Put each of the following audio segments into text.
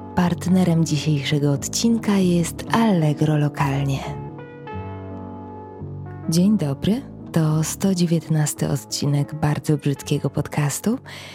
Partnerem dzisiejszego odcinka jest Allegro Lokalnie. Dzień dobry, to 119 odcinek bardzo brzydkiego podcastu.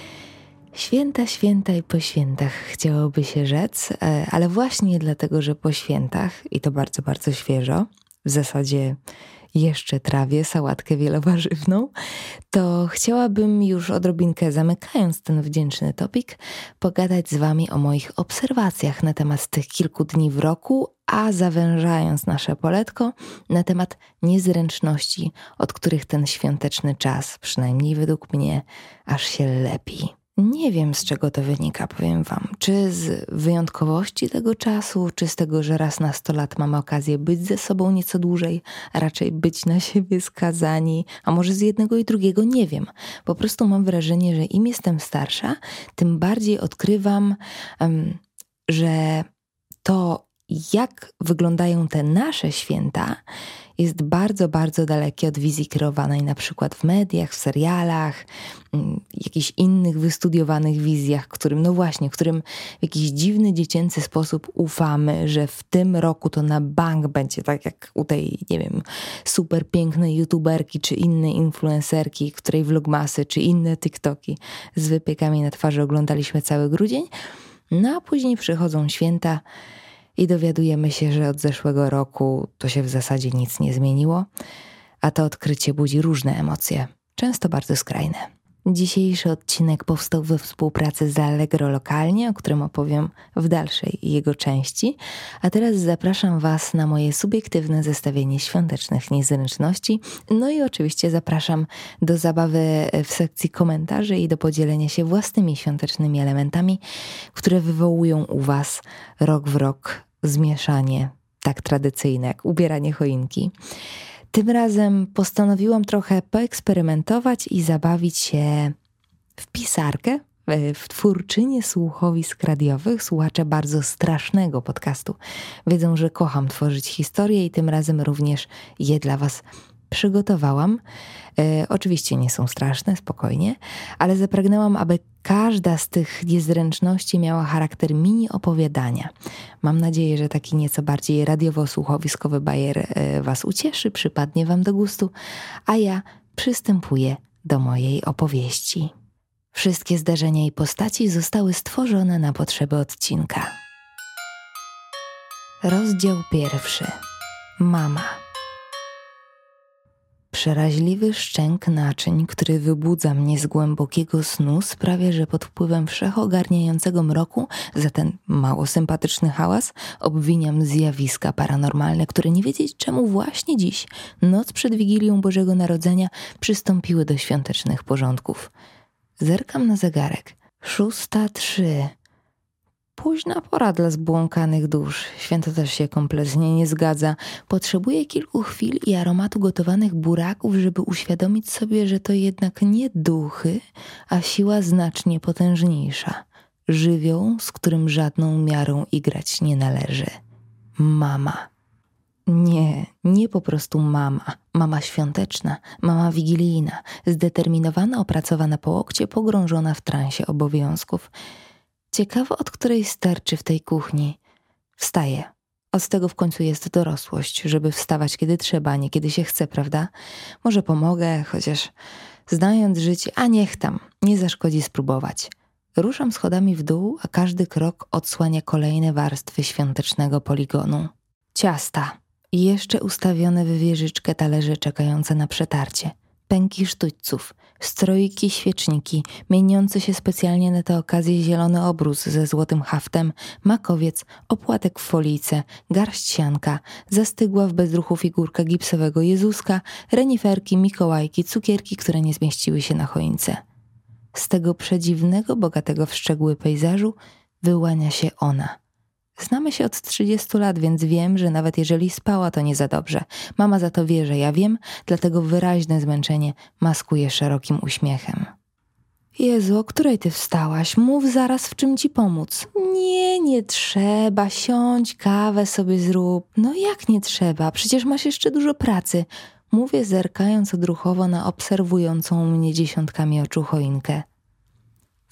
Święta i po świętach chciałoby się rzec, ale właśnie dlatego, że po świętach, i to bardzo, bardzo świeżo, w zasadzie jeszcze trawię sałatkę wielowarzywną, to chciałabym już odrobinkę zamykając ten wdzięczny topik, pogadać z Wami o moich obserwacjach na temat tych kilku dni w roku, a zawężając nasze poletko na temat niezręczności, od których ten świąteczny czas, przynajmniej według mnie, aż się lepi. Nie wiem, z czego to wynika, powiem Wam. Czy z wyjątkowości tego czasu, czy z tego, że raz na 100 lat mamy okazję być ze sobą nieco dłużej, a raczej być na siebie skazani, a może z jednego i drugiego, nie wiem. Po prostu mam wrażenie, że im jestem starsza, tym bardziej odkrywam, że to, jak wyglądają te nasze święta, jest bardzo, bardzo dalekie od wizji kreowanej na przykład w mediach, w serialach, jakichś innych wystudiowanych wizjach, którym w jakiś dziwny, dziecięcy sposób ufamy, że w tym roku to na bank będzie tak jak u tej, nie wiem, super pięknej youtuberki, czy innej influencerki, której vlogmasy, czy inne TikToki z wypiekami na twarzy oglądaliśmy cały grudzień. No a później przychodzą święta i dowiadujemy się, że od zeszłego roku to się w zasadzie nic nie zmieniło, a to odkrycie budzi różne emocje, często bardzo skrajne. Dzisiejszy odcinek powstał we współpracy z Allegro Lokalnie, o którym opowiem w dalszej jego części, a teraz zapraszam Was na moje subiektywne zestawienie świątecznych niezręczności, no i oczywiście zapraszam do zabawy w sekcji komentarzy i do podzielenia się własnymi świątecznymi elementami, które wywołują u Was rok w rok zmieszanie tak tradycyjne jak ubieranie choinki. Tym razem postanowiłam trochę poeksperymentować i zabawić się w pisarkę, w twórczynię słuchowisk radiowych. Słuchacze bardzo strasznego podcastu wiedzą, że kocham tworzyć historie i tym razem również je dla Was przygotowałam. Oczywiście nie są straszne, spokojnie, ale zapragnęłam, aby każda z tych niezręczności miała charakter mini opowiadania. Mam nadzieję, że taki nieco bardziej radiowo-słuchowiskowy bajer Was ucieszy, przypadnie Wam do gustu, a ja przystępuję do mojej opowieści. Wszystkie zdarzenia i postaci zostały stworzone na potrzeby odcinka. Rozdział 1. Mama. Przeraźliwy szczęk naczyń, który wybudza mnie z głębokiego snu, sprawia, że pod wpływem wszechogarniającego mroku za ten mało sympatyczny hałas obwiniam zjawiska paranormalne, które nie wiedzieć czemu właśnie dziś, noc przed Wigilią Bożego Narodzenia, przystąpiły do świątecznych porządków. Zerkam na zegarek. 6:03. Późna pora dla zbłąkanych dusz. Święto też się kompletnie nie zgadza. Potrzebuję kilku chwil i aromatu gotowanych buraków, żeby uświadomić sobie, że to jednak nie duchy, a siła znacznie potężniejsza. Żywioł, z którym żadną miarą igrać nie należy. Mama. Nie po prostu mama. Mama świąteczna, mama wigilijna, zdeterminowana, opracowana po łokcie, pogrążona w transie obowiązków. Ciekawe, od której sterczy w tej kuchni. Wstaje. Od tego w końcu jest dorosłość, żeby wstawać kiedy trzeba, a nie kiedy się chce, prawda? Może pomogę, chociaż znając życie, a niech tam, nie zaszkodzi spróbować. Ruszam schodami w dół, a każdy krok odsłania kolejne warstwy świątecznego poligonu. Ciasta. I jeszcze ustawione w wieżyczkę talerze czekające na przetarcie. Pęki sztućców, stroiki, świeczniki, mieniący się specjalnie na tę okazję zielony obrus ze złotym haftem, makowiec, opłatek w folijce, garść sianka, zastygła w bezruchu figurka gipsowego Jezuska, reniferki, mikołajki, cukierki, które nie zmieściły się na choince. Z tego przedziwnego, bogatego w szczegóły pejzażu wyłania się ona. Znamy się od 30 lat, więc wiem, że nawet jeżeli spała, to nie za dobrze. Mama za to wie, że ja wiem, dlatego wyraźne zmęczenie maskuje szerokim uśmiechem. Jezu, o której ty wstałaś? Mów zaraz, w czym ci pomóc. Nie trzeba, siądź, kawę sobie zrób. No jak nie trzeba? Przecież masz jeszcze dużo pracy. Mówię, zerkając odruchowo na obserwującą mnie dziesiątkami oczu choinkę.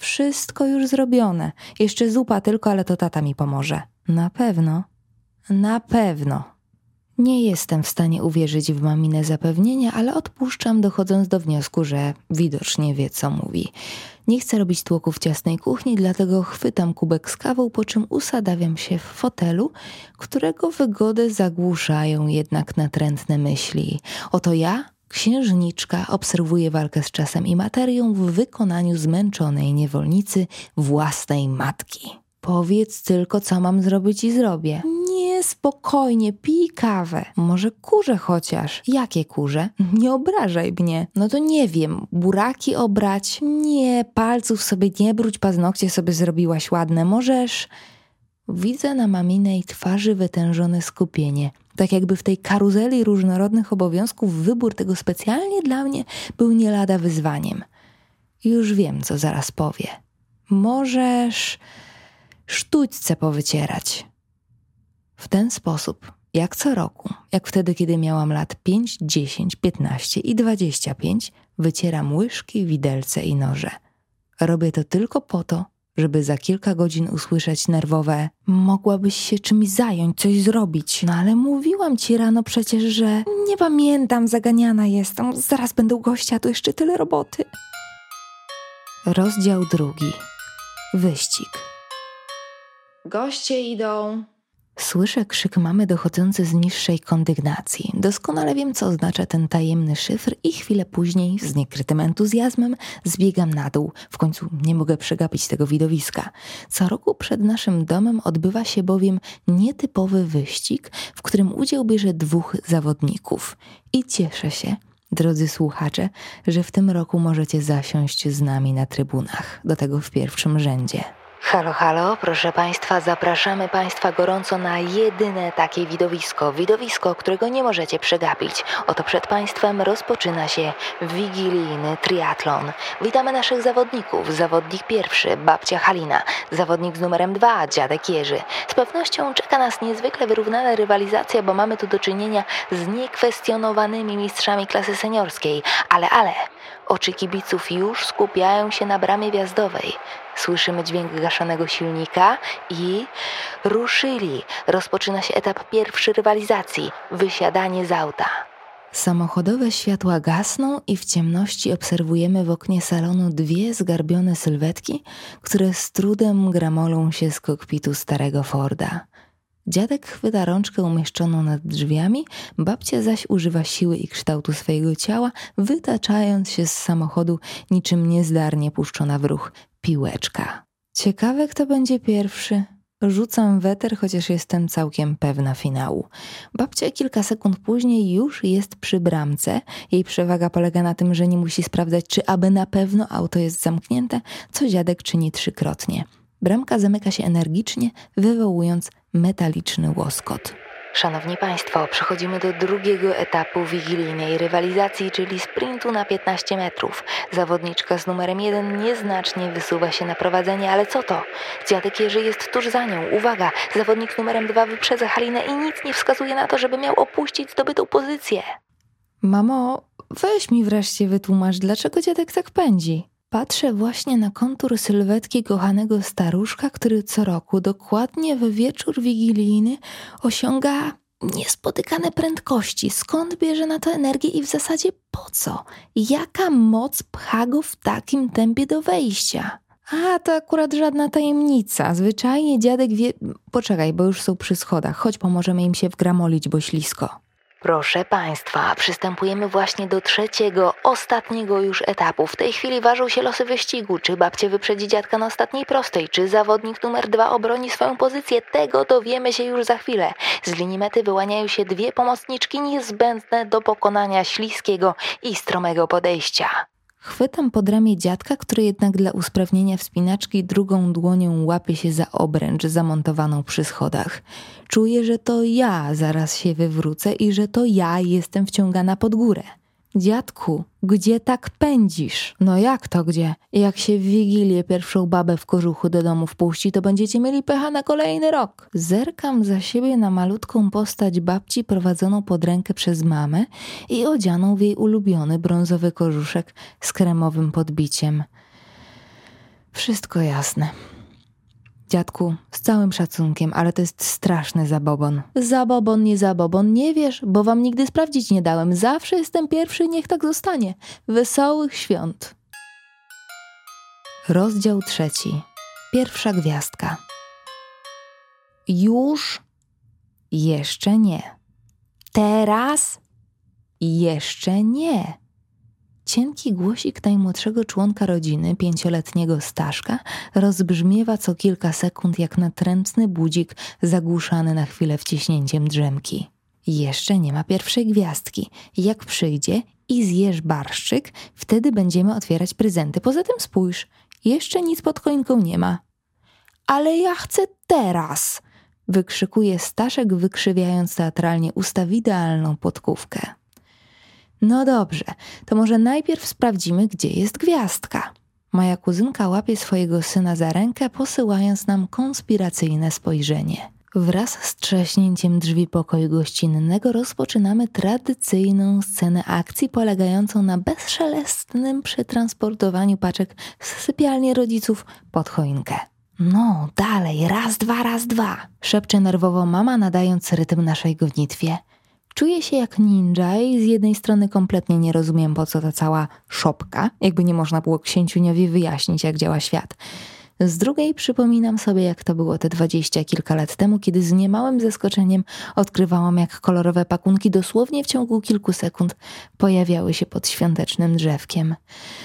Wszystko już zrobione. Jeszcze zupa tylko, ale to tata mi pomoże. Na pewno. Na pewno. Nie jestem w stanie uwierzyć w mamine zapewnienia, ale odpuszczam, dochodząc do wniosku, że widocznie wie, co mówi. Nie chcę robić tłoku w ciasnej kuchni, dlatego chwytam kubek z kawą, po czym usadawiam się w fotelu, którego wygodę zagłuszają jednak natrętne myśli. Oto ja, księżniczka, obserwuję walkę z czasem i materią w wykonaniu zmęczonej niewolnicy własnej matki. Powiedz tylko, co mam zrobić i zrobię. Nie, spokojnie, pij kawę. Może kurze chociaż. Jakie kurze? Nie obrażaj mnie. No to nie wiem, buraki obrać? Nie, palców sobie nie brudź, paznokcie sobie zrobiłaś ładne. Możesz... Widzę na maminej twarzy wytężone skupienie. Tak jakby w tej karuzeli różnorodnych obowiązków wybór tego specjalnie dla mnie był nie lada wyzwaniem. Już wiem, co zaraz powie. Możesz... sztućce powycierać. W ten sposób, jak co roku, jak wtedy, kiedy miałam lat 5, 10, 15 i 25, wycieram łyżki, widelce i noże. Robię to tylko po to, żeby za kilka godzin usłyszeć nerwowe: mogłabyś się czymś zająć, coś zrobić. No ale mówiłam ci rano przecież, że... Nie pamiętam, zaganiana jestem, zaraz będę u gościa, tu jeszcze tyle roboty. Rozdział 2. Wyścig. Goście idą. Słyszę krzyk mamy dochodzący z niższej kondygnacji. Doskonale wiem, co oznacza ten tajemny szyfr i chwilę później, z niekrytym entuzjazmem, zbiegam na dół. W końcu nie mogę przegapić tego widowiska. Co roku przed naszym domem odbywa się bowiem nietypowy wyścig, w którym udział bierze 2 zawodników. I cieszę się, drodzy słuchacze, że w tym roku możecie zasiąść z nami na trybunach, do tego w pierwszym rzędzie. Halo, halo, proszę Państwa, zapraszamy Państwa gorąco na jedyne takie widowisko, którego nie możecie przegapić. Oto przed Państwem rozpoczyna się wigilijny triatlon. Witamy naszych zawodników. Zawodnik pierwszy, babcia Halina. Zawodnik z numerem 2, dziadek Jerzy. Z pewnością czeka nas niezwykle wyrównana rywalizacja, bo mamy tu do czynienia z niekwestionowanymi mistrzami klasy seniorskiej. Ale... Oczy kibiców już skupiają się na bramie wjazdowej. Słyszymy dźwięk gaszonego silnika i ruszyli. Rozpoczyna się etap pierwszy rywalizacji – wysiadanie z auta. Samochodowe światła gasną i w ciemności obserwujemy w oknie salonu 2 zgarbione sylwetki, które z trudem gramolą się z kokpitu starego Forda. Dziadek chwyta rączkę umieszczoną nad drzwiami, babcia zaś używa siły i kształtu swojego ciała, wytaczając się z samochodu niczym niezdarnie puszczona w ruch piłeczka. Ciekawe, kto będzie pierwszy. Rzucam weter, chociaż jestem całkiem pewna finału. Babcia kilka sekund później już jest przy bramce. Jej przewaga polega na tym, że nie musi sprawdzać, czy aby na pewno auto jest zamknięte, co dziadek czyni 3-krotnie. Bramka zamyka się energicznie, wywołując metaliczny łoskot. Szanowni Państwo, przechodzimy do drugiego etapu wigilijnej rywalizacji, czyli sprintu na 15 metrów. Zawodniczka z numerem 1 nieznacznie wysuwa się na prowadzenie, ale co to? Dziadek Jerzy jest tuż za nią. Uwaga, zawodnik z numerem 2 wyprzedza Halinę i nic nie wskazuje na to, żeby miał opuścić zdobytą pozycję. Mamo, weź mi wreszcie wytłumacz, dlaczego dziadek tak pędzi? Patrzę właśnie na kontur sylwetki kochanego staruszka, który co roku, dokładnie w wieczór wigilijny, osiąga niespotykane prędkości. Skąd bierze na to energię i w zasadzie po co? Jaka moc pcha go w takim tempie do wejścia? A, to akurat żadna tajemnica. Zwyczajnie dziadek wie... Poczekaj, bo już są przy schodach. Chodź, pomożemy im się wgramolić, bo ślisko. Proszę Państwa, przystępujemy właśnie do 3., ostatniego już etapu. W tej chwili ważą się losy wyścigu. Czy babcia wyprzedzi dziadka na ostatniej prostej? Czy zawodnik numer 2 obroni swoją pozycję? Tego dowiemy się już za chwilę. Z linii mety wyłaniają się 2 pomocniczki niezbędne do pokonania śliskiego i stromego podejścia. Chwytam pod ramię dziadka, który jednak dla usprawnienia wspinaczki drugą dłonią łapie się za obręcz zamontowaną przy schodach. Czuję, że to ja zaraz się wywrócę i że to ja jestem wciągana pod górę. Dziadku, gdzie tak pędzisz? No jak to gdzie? Jak się w Wigilię pierwszą babę w kożuchu do domu wpuści, to będziecie mieli pecha na kolejny rok. Zerkam za siebie na malutką postać babci prowadzoną pod rękę przez mamę i odzianą w jej ulubiony brązowy kożuszek z kremowym podbiciem. Wszystko jasne. Dziadku, z całym szacunkiem, ale to jest straszny zabobon. Zabobon, nie wiesz, bo wam nigdy sprawdzić nie dałem. Zawsze jestem pierwszy, niech tak zostanie. Wesołych świąt. Rozdział 3. Pierwsza gwiazdka. Już? Jeszcze nie. Teraz? Jeszcze nie. Cienki głosik najmłodszego członka rodziny, 5-letniego Staszka, rozbrzmiewa co kilka sekund jak natrętny budzik zagłuszany na chwilę wciśnięciem drzemki. Jeszcze nie ma pierwszej gwiazdki. Jak przyjdzie i zjesz barszczyk, wtedy będziemy otwierać prezenty. Poza tym spójrz, jeszcze nic pod choinką nie ma. Ale ja chcę teraz! Wykrzykuje Staszek, wykrzywiając teatralnie usta w idealną podkówkę. No dobrze, to może najpierw sprawdzimy, gdzie jest gwiazdka. Moja kuzynka łapie swojego syna za rękę, posyłając nam konspiracyjne spojrzenie. Wraz z trzaśnięciem drzwi pokoju gościnnego rozpoczynamy tradycyjną scenę akcji polegającą na bezszelestnym przetransportowaniu paczek z sypialni rodziców pod choinkę. No, dalej, raz, dwa, szepcze nerwowo mama, nadając rytm naszej gonitwie. Czuję się jak ninja i z jednej strony kompletnie nie rozumiem, po co ta cała szopka, jakby nie można było księciuniowi wyjaśnić, jak działa świat. Z drugiej przypominam sobie, jak to było te 20 kilka lat temu, kiedy z niemałym zaskoczeniem odkrywałam, jak kolorowe pakunki dosłownie w ciągu kilku sekund pojawiały się pod świątecznym drzewkiem.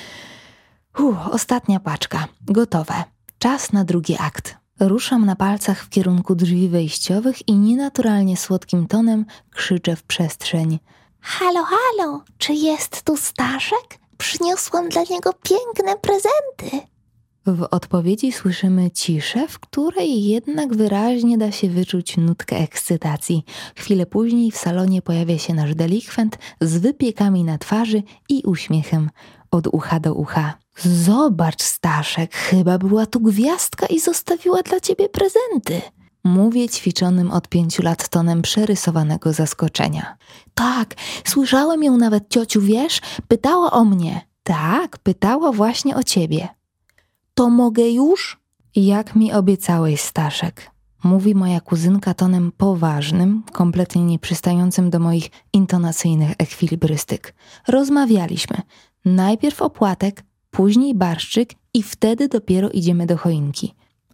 Ostatnia paczka. Gotowe. Czas na drugi akt. Ruszam na palcach w kierunku drzwi wejściowych i nienaturalnie słodkim tonem krzyczę w przestrzeń. Halo, halo, czy jest tu Staszek? Przyniosłam dla niego piękne prezenty. W odpowiedzi słyszymy ciszę, w której jednak wyraźnie da się wyczuć nutkę ekscytacji. Chwilę później w salonie pojawia się nasz delikwent z wypiekami na twarzy i uśmiechem od ucha do ucha. Zobacz, Staszek, chyba była tu gwiazdka i zostawiła dla ciebie prezenty. Mówię ćwiczonym od 5 lat tonem przerysowanego zaskoczenia. Tak, słyszałem ją nawet, ciociu, wiesz? Pytała o mnie. Tak, pytała właśnie o ciebie. To mogę już? Jak mi obiecałeś, Staszek. Mówi moja kuzynka tonem poważnym, kompletnie nieprzystającym do moich intonacyjnych ekwilibrystyk. Rozmawialiśmy. Najpierw opłatek, później barszczyk i wtedy dopiero idziemy do choinki.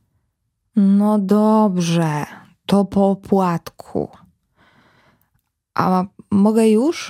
No dobrze, to po opłatku. A mogę już?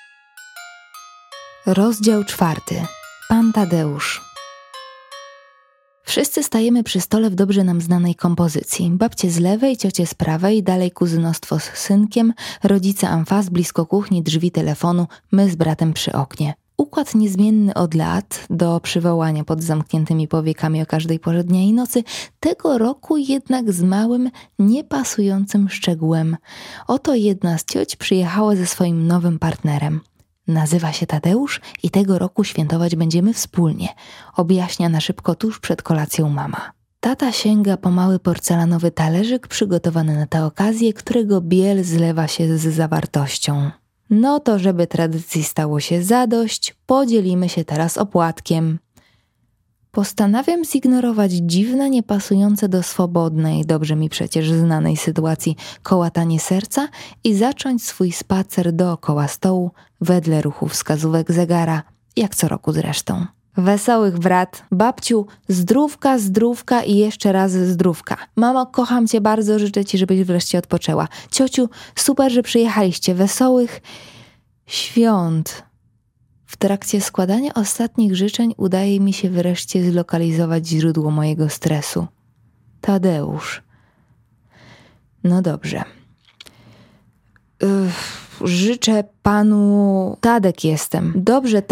Rozdział 4. Pan Tadeusz. Wszyscy stajemy przy stole w dobrze nam znanej kompozycji. Babcie z lewej, ciocie z prawej, dalej kuzynostwo z synkiem, rodzice amfas, blisko kuchni, drzwi, telefonu, my z bratem przy oknie. Układ niezmienny od lat, do przywołania pod zamkniętymi powiekami o każdej porze dnia i nocy, tego roku jednak z małym, niepasującym szczegółem. Oto jedna z cioć przyjechała ze swoim nowym partnerem. Nazywa się Tadeusz i tego roku świętować będziemy wspólnie, objaśnia na szybko tuż przed kolacją mama. Tata sięga po mały porcelanowy talerzyk przygotowany na tę okazję, którego biel zlewa się z zawartością. No to żeby tradycji stało się zadość, podzielimy się teraz opłatkiem. Postanawiam zignorować dziwne, niepasujące do swobodnej, dobrze mi przecież znanej sytuacji kołatanie serca i zacząć swój spacer dookoła stołu wedle ruchu wskazówek zegara, jak co roku zresztą. Wesołych wrat, babciu, zdrówka i jeszcze raz zdrówka. Mamo, kocham cię bardzo, życzę ci, żebyś wreszcie odpoczęła. Ciociu, super, że przyjechaliście, wesołych świąt. W trakcie składania ostatnich życzeń udaje mi się wreszcie zlokalizować źródło mojego stresu. Tadeusz. No dobrze. Życzę panu... Tadek jestem. Dobrze,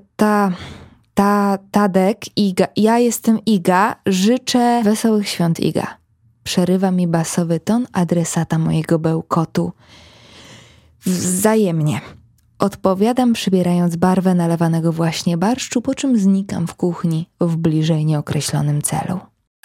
Tadek, Iga. Ja jestem Iga. Życzę wesołych świąt, Iga. Przerywa mi basowy ton adresata mojego bełkotu. Wzajemnie. Odpowiadam, przybierając barwę nalewanego właśnie barszczu, po czym znikam w kuchni w bliżej nieokreślonym celu.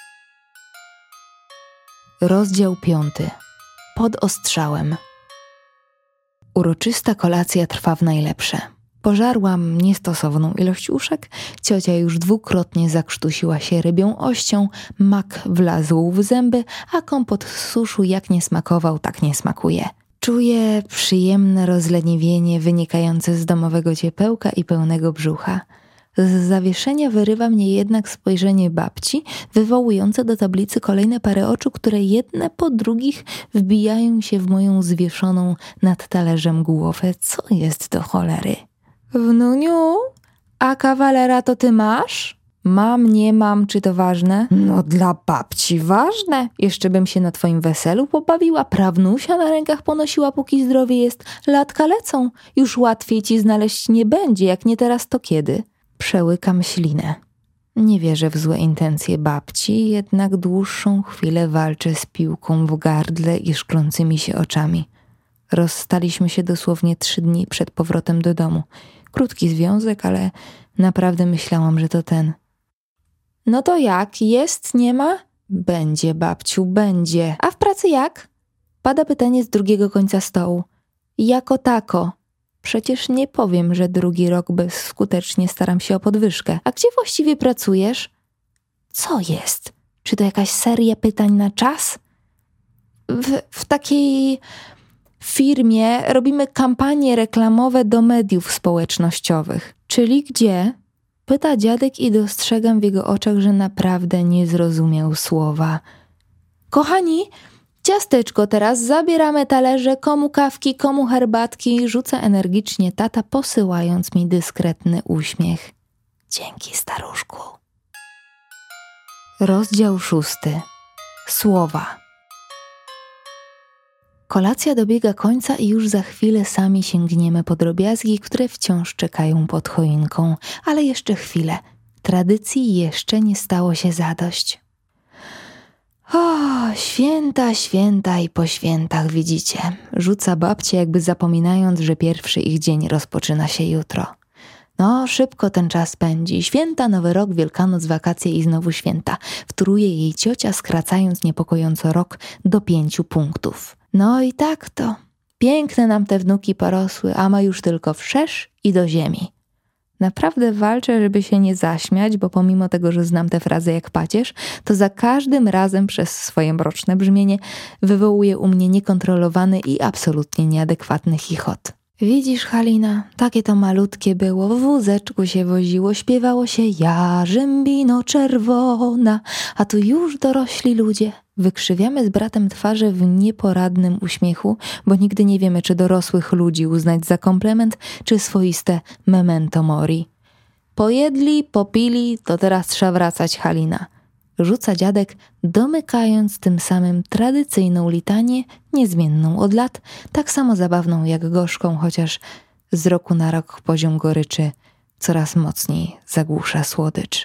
Rozdział 5. Pod ostrzałem. Uroczysta kolacja trwa w najlepsze. Pożarłam niestosowną ilość uszek, ciocia już 2-krotnie zakrztusiła się rybią ością, mak wlazł w zęby, a kompot z suszu jak nie smakował, tak nie smakuje. Czuję przyjemne rozleniwienie wynikające z domowego ciepełka i pełnego brzucha. Z zawieszenia wyrywa mnie jednak spojrzenie babci, wywołujące do tablicy kolejne parę oczu, które jedne po drugich wbijają się w moją zwieszoną nad talerzem głowę. Co jest do cholery? Wnuniu, a kawalera to ty masz? Mam, nie mam, czy to ważne? No dla babci ważne. Jeszcze bym się na twoim weselu pobawiła, prawnusia na rękach ponosiła, póki zdrowie jest. Latka lecą, już łatwiej ci znaleźć nie będzie, jak nie teraz to kiedy? Przełykam ślinę. Nie wierzę w złe intencje babci, jednak dłuższą chwilę walczę z piłką w gardle i szklącymi się oczami. Rozstaliśmy się dosłownie 3 dni przed powrotem do domu. Krótki związek, ale naprawdę myślałam, że to ten. No to jak? Jest, nie ma? Będzie, babciu, będzie. A w pracy jak? Pada pytanie z drugiego końca stołu. Jako tako. Przecież nie powiem, że 2. rok bezskutecznie staram się o podwyżkę. A gdzie właściwie pracujesz? Co jest? Czy to jakaś seria pytań na czas? W takiej firmie robimy kampanie reklamowe do mediów społecznościowych. Czyli gdzie? Pyta dziadek i dostrzegam w jego oczach, że naprawdę nie zrozumiał słowa. Kochani, ciasteczko teraz, zabieramy talerze, komu kawki, komu herbatki, rzuca energicznie tata, posyłając mi dyskretny uśmiech. Dzięki, staruszku. Rozdział 6. Słowa. Kolacja dobiega końca i już za chwilę sami sięgniemy po drobiazgi, które wciąż czekają pod choinką. Ale jeszcze chwilę. Tradycji jeszcze nie stało się zadość. O, święta, święta i po świętach, widzicie. Rzuca babcia, jakby zapominając, że pierwszy ich dzień rozpoczyna się jutro. No, szybko ten czas pędzi. Święta, Nowy Rok, Wielkanoc, wakacje i znowu święta. Wtóruje jej ciocia, skracając niepokojąco rok do 5 punktów. No i tak to. Piękne nam te wnuki porosły, a ma już tylko wszerz i do ziemi. Naprawdę walczę, żeby się nie zaśmiać, bo pomimo tego, że znam tę frazę jak pacierz, to za każdym razem przez swoje mroczne brzmienie wywołuje u mnie niekontrolowany i absolutnie nieadekwatny chichot. Widzisz, Halina, takie to malutkie było, w wózeczku się woziło, śpiewało się jarzębino czerwona, a tu już dorośli ludzie. Wykrzywiamy z bratem twarze w nieporadnym uśmiechu, bo nigdy nie wiemy, czy dorosłych ludzi uznać za komplement, czy swoiste memento mori. Pojedli, popili, to teraz trzeba wracać, Halina. Rzuca dziadek, domykając tym samym tradycyjną litanię, niezmienną od lat, tak samo zabawną jak gorzką, chociaż z roku na rok poziom goryczy coraz mocniej zagłusza słodycz.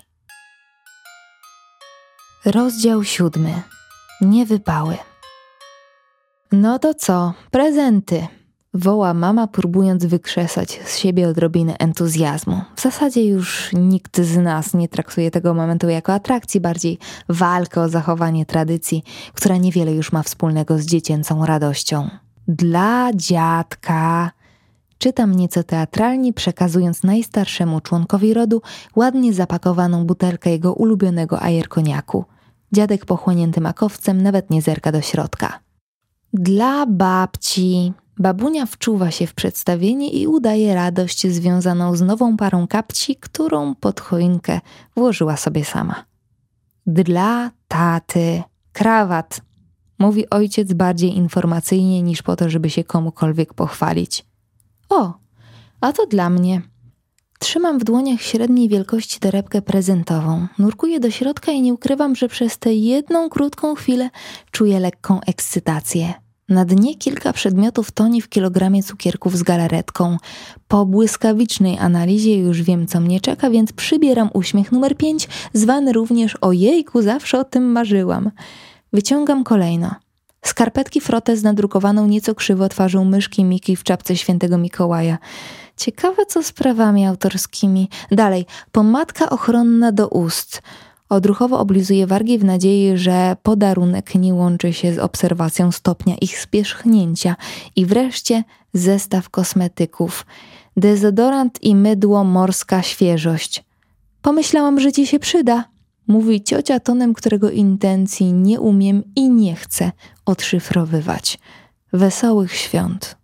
Rozdział 7. Niewypały. No to co? Prezenty! Woła mama, próbując wykrzesać z siebie odrobinę entuzjazmu. W zasadzie już nikt z nas nie traktuje tego momentu jako atrakcji, bardziej walkę o zachowanie tradycji, która niewiele już ma wspólnego z dziecięcą radością. Dla dziadka. Czytam nieco teatralnie, przekazując najstarszemu członkowi rodu ładnie zapakowaną butelkę jego ulubionego ajerkoniaku. Dziadek pochłonięty makowcem nawet nie zerka do środka. Dla babci. Babunia wczuwa się w przedstawienie i udaje radość związaną z nową parą kapci, którą pod choinkę włożyła sobie sama. Dla taty. Krawat. Mówi ojciec bardziej informacyjnie niż po to, żeby się komukolwiek pochwalić. O, a to dla mnie. Trzymam w dłoniach średniej wielkości torebkę prezentową. Nurkuję do środka i nie ukrywam, że przez tę jedną krótką chwilę czuję lekką ekscytację. Na dnie kilka przedmiotów toni w kilogramie cukierków z galaretką. Po błyskawicznej analizie już wiem, co mnie czeka, więc przybieram uśmiech numer 5, zwany również ojejku, zawsze o tym marzyłam. Wyciągam kolejno. Skarpetki Frotte z nadrukowaną nieco krzywo twarzą myszki Miki w czapce świętego Mikołaja. Ciekawe, co z prawami autorskimi. Dalej, pomadka ochronna do ust. Odruchowo oblizuję wargi w nadziei, że podarunek nie łączy się z obserwacją stopnia ich spierzchnięcia. I wreszcie zestaw kosmetyków. Dezodorant i mydło Morska Świeżość. Pomyślałam, że ci się przyda, mówi ciocia tonem, którego intencji nie umiem i nie chcę odszyfrowywać. Wesołych świąt.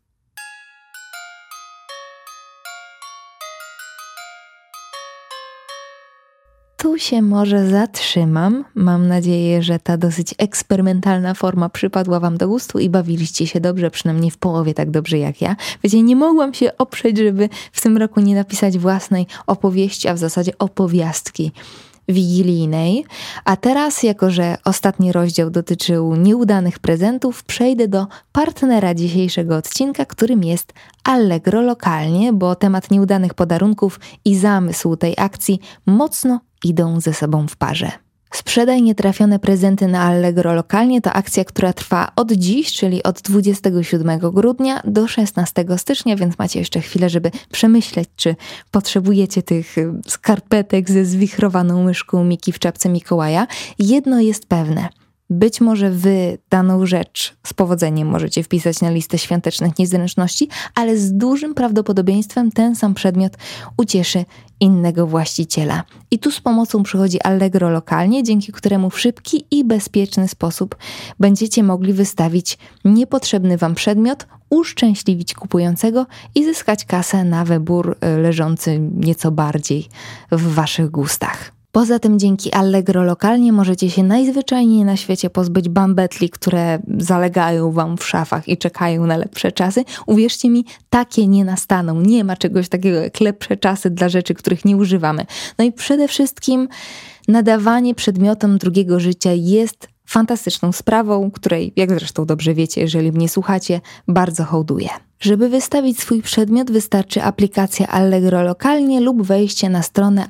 Tu się może zatrzymam. Mam nadzieję, że ta dosyć eksperymentalna forma przypadła wam do gustu i bawiliście się dobrze, przynajmniej w połowie tak dobrze jak ja. Wiecie, nie mogłam się oprzeć, żeby w tym roku nie napisać własnej opowieści, a w zasadzie opowiastki wigilijnej. A teraz, jako że ostatni rozdział dotyczył nieudanych prezentów, przejdę do partnera dzisiejszego odcinka, którym jest Allegro Lokalnie, bo temat nieudanych podarunków i zamysł tej akcji mocno idą ze sobą w parze. Sprzedaj nietrafione prezenty na Allegro Lokalnie to akcja, która trwa od dziś, czyli od 27 grudnia do 16 stycznia, więc macie jeszcze chwilę, żeby przemyśleć, czy potrzebujecie tych skarpetek ze zwichrowaną myszką Miki w czapce Mikołaja. Jedno jest pewne. Być może wy daną rzecz z powodzeniem możecie wpisać na listę świątecznych niezręczności, ale z dużym prawdopodobieństwem ten sam przedmiot ucieszy innego właściciela. I tu z pomocą przychodzi Allegro Lokalnie, dzięki któremu w szybki i bezpieczny sposób będziecie mogli wystawić niepotrzebny wam przedmiot, uszczęśliwić kupującego i zyskać kasę na wybór leżący nieco bardziej w waszych gustach. Poza tym dzięki Allegro Lokalnie możecie się najzwyczajniej na świecie pozbyć bambetli, które zalegają wam w szafach i czekają na lepsze czasy. Uwierzcie mi, takie nie nastaną. Nie ma czegoś takiego jak lepsze czasy dla rzeczy, których nie używamy. No i przede wszystkim nadawanie przedmiotom drugiego życia jest fantastyczną sprawą, której, jak zresztą dobrze wiecie, jeżeli mnie słuchacie, bardzo hołduję. Żeby wystawić swój przedmiot, wystarczy aplikacja Allegro Lokalnie lub wejście na stronę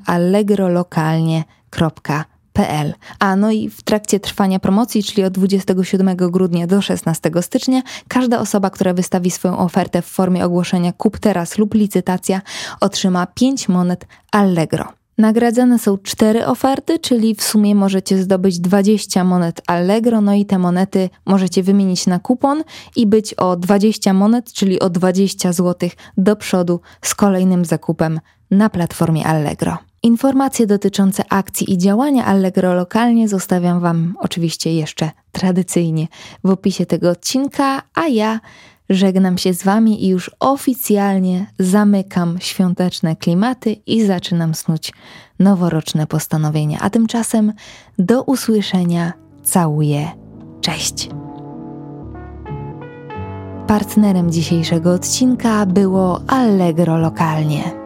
allegrolokalnie.pl. A no i w trakcie trwania promocji, czyli od 27 grudnia do 16 stycznia, każda osoba, która wystawi swoją ofertę w formie ogłoszenia kup teraz lub licytacja, otrzyma 5 monet Allegro. Nagradzane są 4 oferty, czyli w sumie możecie zdobyć 20 monet Allegro, no i te monety możecie wymienić na kupon i być o 20 monet, czyli o 20 zł do przodu z kolejnym zakupem na platformie Allegro. Informacje dotyczące akcji i działania Allegro Lokalnie zostawiam wam oczywiście jeszcze tradycyjnie w opisie tego odcinka, a ja żegnam się z wami i już oficjalnie zamykam świąteczne klimaty i zaczynam snuć noworoczne postanowienia. A tymczasem do usłyszenia. Całuję. Cześć. Partnerem dzisiejszego odcinka było Allegro Lokalnie.